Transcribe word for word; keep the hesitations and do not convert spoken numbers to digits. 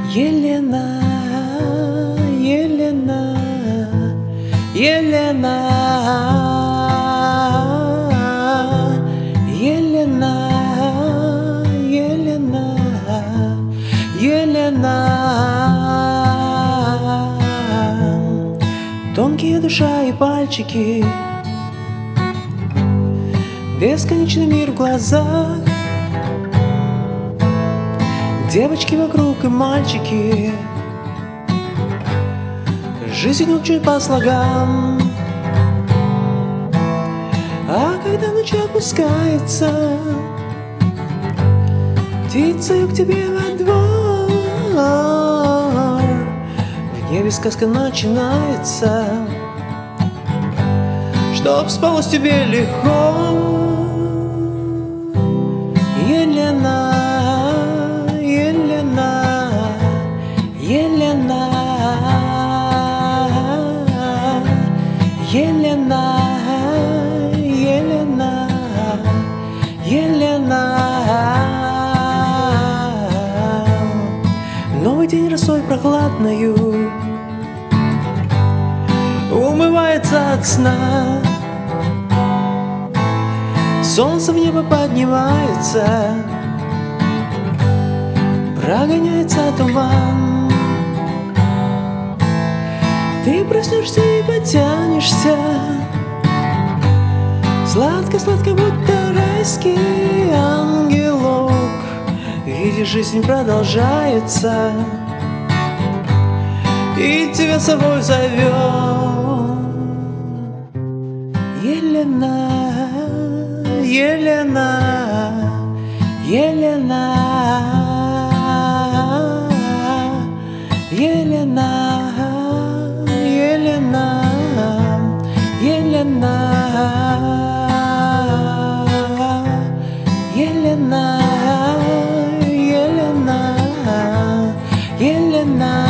Елена, Елена, Елена, Елена, Елена, Елена. Тонкие душа и пальчики, бесконечный мир в глазах, девочки вокруг и мальчики, жизнь учит по слогам. А когда ночь опускается, птицею к тебе во двор, в небе сказка начинается, чтоб спалось тебе легко. Елена, Елена, Елена, Елена, Елена, Елена. Новый день росой прохладною умывается от сна, солнце в небо поднимается, прогоняется туман. Ты проснешься и потянешься, сладко-сладко, будто райский ангелок. Видишь, жизнь продолжается и тебя с собой зовет. Елена, Елена, Елена, Елена, Елена, Елена, Елена, Елена, Елена.